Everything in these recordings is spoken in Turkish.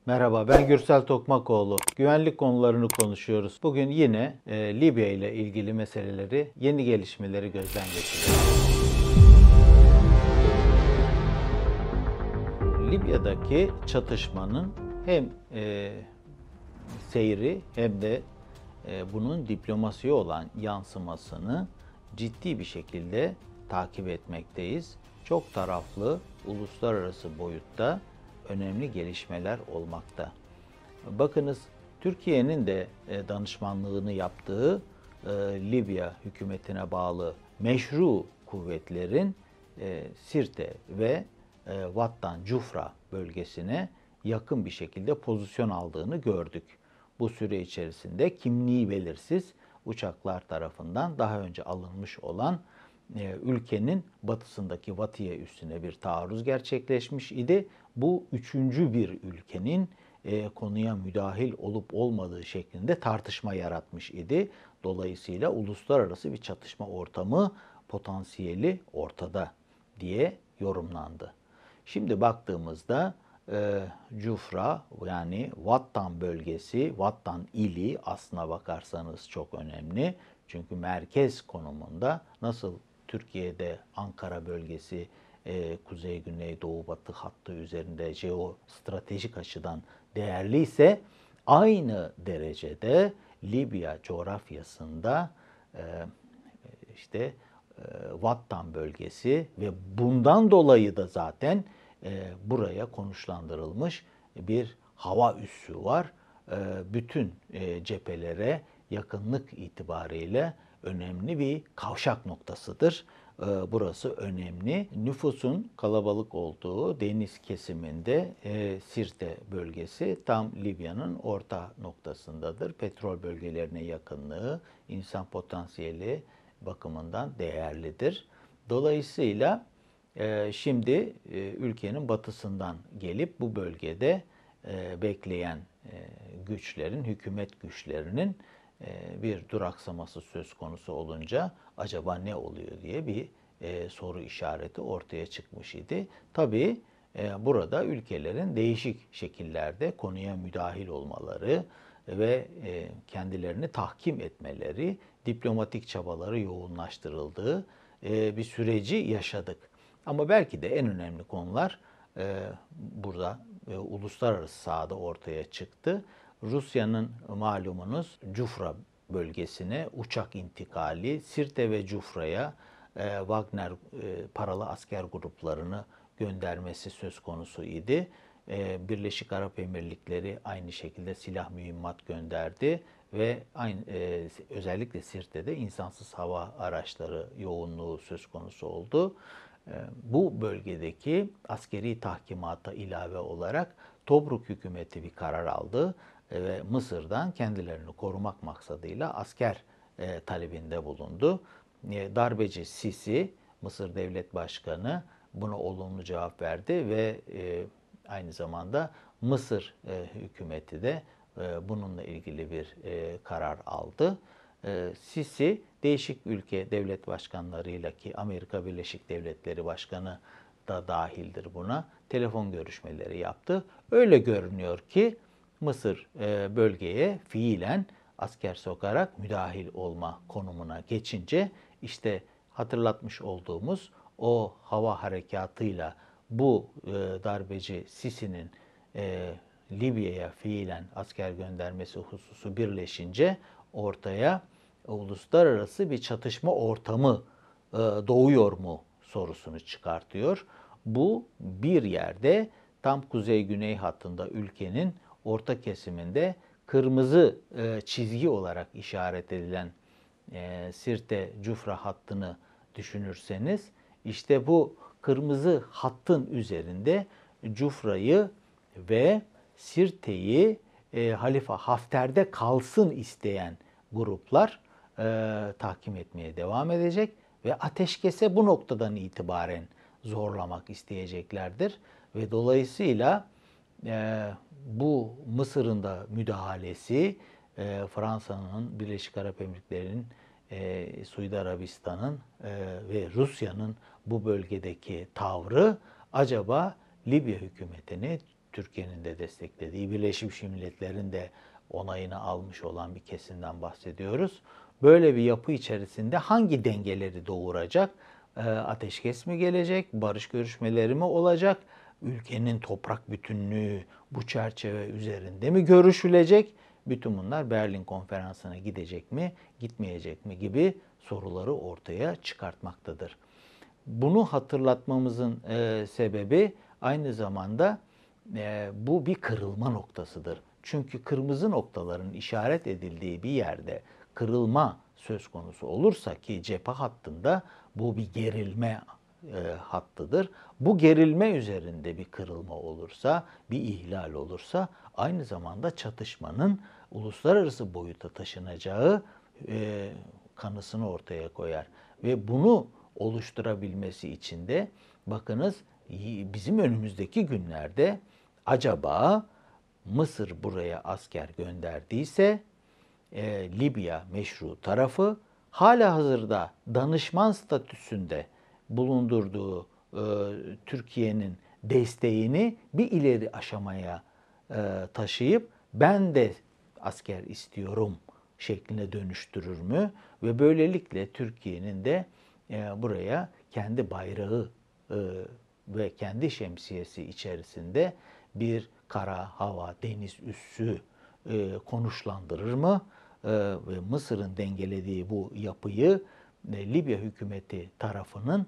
Merhaba, ben Gürsel Tokmakoğlu. Güvenlik konularını konuşuyoruz. Bugün yine Libya ile ilgili meseleleri, yeni gelişmeleri gözden geçiriyoruz. Libya'daki çatışmanın hem seyri hem de bunun diplomasiye olan yansımasını ciddi bir şekilde takip etmekteyiz. Çok taraflı, uluslararası boyutta önemli gelişmeler olmakta. Bakınız, Türkiye'nin de danışmanlığını yaptığı Libya hükümetine bağlı meşru kuvvetlerin Sirte ve Vattan Cufra bölgesine yakın bir şekilde pozisyon aldığını gördük. Bu süre içerisinde kimliği belirsiz uçaklar tarafından daha önce alınmış olan ülkenin batısındaki Vatiye üssüne bir taarruz gerçekleşmiş idi. Bu üçüncü bir ülkenin konuya müdahil olup olmadığı şeklinde tartışma yaratmış idi. Dolayısıyla uluslararası bir çatışma ortamı potansiyeli ortada diye yorumlandı. Şimdi baktığımızda Cufra yani Vattan bölgesi, Vattan ili aslına bakarsanız çok önemli. Çünkü merkez konumunda nasıl Türkiye'de Ankara bölgesi kuzey, güney, doğu, batı hattı üzerinde jeostratejik açıdan değerli ise aynı derecede Libya coğrafyasında e, işte Vattan bölgesi ve bundan dolayı da zaten buraya konuşlandırılmış bir hava üssü var. Bütün cephelere yakınlık itibariyle önemli bir kavşak noktasıdır. Burası önemli. Nüfusun kalabalık olduğu deniz kesiminde Sirte bölgesi tam Libya'nın orta noktasındadır. Petrol bölgelerine yakınlığı, insan potansiyeli bakımından değerlidir. Dolayısıyla şimdi ülkenin batısından gelip bu bölgede bekleyen güçlerin, hükümet güçlerinin bir duraksaması söz konusu olunca acaba ne oluyor diye bir soru işareti ortaya çıkmış idi. Tabii burada ülkelerin değişik şekillerde konuya müdahil olmaları ve kendilerini tahkim etmeleri, diplomatik çabaları yoğunlaştırıldığı bir süreci yaşadık. Ama belki de en önemli konular burada uluslararası sahada ortaya çıktı. Rusya'nın malumunuz Cufra bölgesine uçak intikali, Sirte ve Cufra'ya Wagner paralı asker gruplarını göndermesi söz konusu idi. Birleşik Arap Emirlikleri aynı şekilde silah mühimmat gönderdi ve özellikle Sirte'de insansız hava araçları yoğunluğu söz konusu oldu. Bu bölgedeki askeri tahkimata ilave olarak Tobruk hükümeti bir karar aldı ve Mısır'dan kendilerini korumak maksadıyla asker talebinde bulundu. Darbeci Sisi, Mısır Devlet Başkanı buna olumlu cevap verdi ve aynı zamanda Mısır hükümeti de bununla ilgili bir karar aldı. Sisi değişik ülke devlet başkanlarıyla ki Amerika Birleşik Devletleri Başkanı da dahildir buna telefon görüşmeleri yaptı. Öyle görünüyor ki Mısır bölgeye fiilen asker sokarak müdahil olma konumuna geçince işte hatırlatmış olduğumuz o hava harekatıyla bu darbeci Sisi'nin Libya'ya fiilen asker göndermesi hususu birleşince ortaya uluslararası bir çatışma ortamı doğuyor mu sorusunu çıkartıyor. Bu bir yerde tam kuzey-güney hattında ülkenin orta kesiminde kırmızı çizgi olarak işaret edilen Sirte-Cufra hattını düşünürseniz işte bu kırmızı hattın üzerinde Cufra'yı ve Sirte'yi Halife Hafter'de kalsın isteyen gruplar tahkim etmeye devam edecek ve ateşkese bu noktadan itibaren zorlamak isteyeceklerdir. Ve dolayısıyla bu Mısır'ın da müdahalesi, Fransa'nın, Birleşik Arap Emirlikleri'nin, Suudi Arabistan'ın ve Rusya'nın bu bölgedeki tavrı acaba Libya hükümetini Türkiye'nin de desteklediği, Birleşmiş Milletler'in de onayını almış olan bir kesimden bahsediyoruz. Böyle bir yapı içerisinde hangi dengeleri doğuracak? Ateşkes mi gelecek? Barış görüşmeleri mi olacak? Ülkenin toprak bütünlüğü bu çerçeve üzerinde mi görüşülecek? Bütün bunlar Berlin Konferansı'na gidecek mi, gitmeyecek mi gibi soruları ortaya çıkartmaktadır. Bunu hatırlatmamızın sebebi aynı zamanda bu bir kırılma noktasıdır. Çünkü kırmızı noktaların işaret edildiği bir yerde kırılma söz konusu olursa, ki cephe hattında bu bir gerilme hattıdır. Bu gerilme üzerinde bir kırılma olursa, bir ihlal olursa aynı zamanda çatışmanın uluslararası boyuta taşınacağı kanısını ortaya koyar. Ve bunu oluşturabilmesi için de bakınız, bizim önümüzdeki günlerde acaba Mısır buraya asker gönderdiyse Libya meşru tarafı halihazırda danışman statüsünde bulundurduğu Türkiye'nin desteğini bir ileri aşamaya taşıyıp ben de asker istiyorum şekline dönüştürür mü? Ve böylelikle Türkiye'nin de buraya kendi bayrağı ve kendi şemsiyesi içerisinde bir kara, hava, deniz üssü konuşlandırır mı? Ve Mısır'ın dengelediği bu yapıyı Libya hükümeti tarafının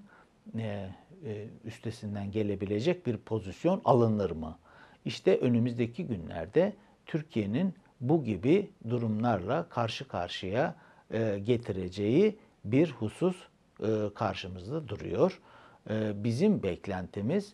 üstesinden gelebilecek bir pozisyon alınır mı? İşte önümüzdeki günlerde Türkiye'nin bu gibi durumlarla karşı karşıya getireceği bir husus karşımızda duruyor. Bizim beklentimiz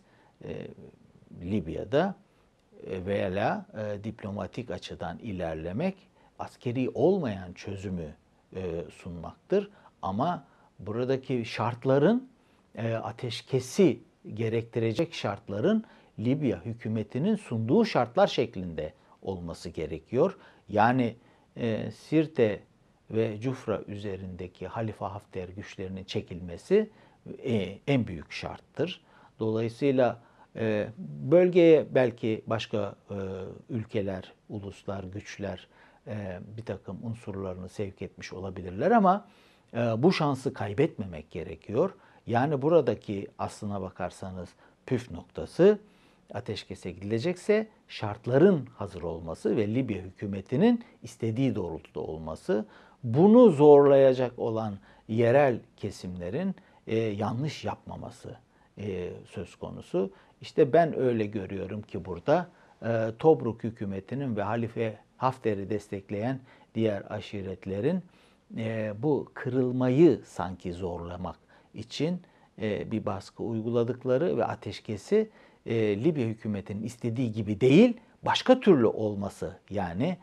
Libya'da veya diplomatik açıdan ilerlemek, askeri olmayan çözümü sunmaktır. Ama buradaki şartların, ateşkesi gerektirecek şartların Libya hükümetinin sunduğu şartlar şeklinde olması gerekiyor. Yani Sirte ve Cufra üzerindeki Halife Hafter güçlerinin çekilmesi en büyük şarttır. Dolayısıyla bölgeye belki başka ülkeler, uluslar, güçler bir takım unsurlarını sevk etmiş olabilirler ama bu şansı kaybetmemek gerekiyor. Yani buradaki aslına bakarsanız püf noktası, ateşkese gidilecekse şartların hazır olması ve Libya hükümetinin istediği doğrultuda olması. Bunu zorlayacak olan yerel kesimlerin yanlış yapmaması söz konusu. İşte ben öyle görüyorum ki burada Tobruk hükümetinin ve Halife Hafter'i destekleyen diğer aşiretlerin bu kırılmayı sanki zorlamak için bir baskı uyguladıkları ve ateşkesi Libya hükümetinin istediği gibi değil, başka türlü olması, yani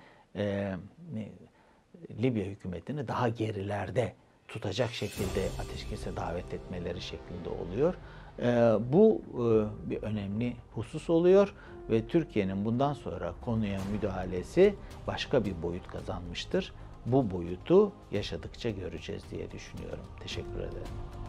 Libya hükümetini daha gerilerde tutacak şekilde ateşkese davet etmeleri şeklinde oluyor. Bu bir önemli husus oluyor ve Türkiye'nin bundan sonra konuya müdahalesi başka bir boyut kazanmıştır. Bu boyutu yaşadıkça göreceğiz diye düşünüyorum. Teşekkür ederim.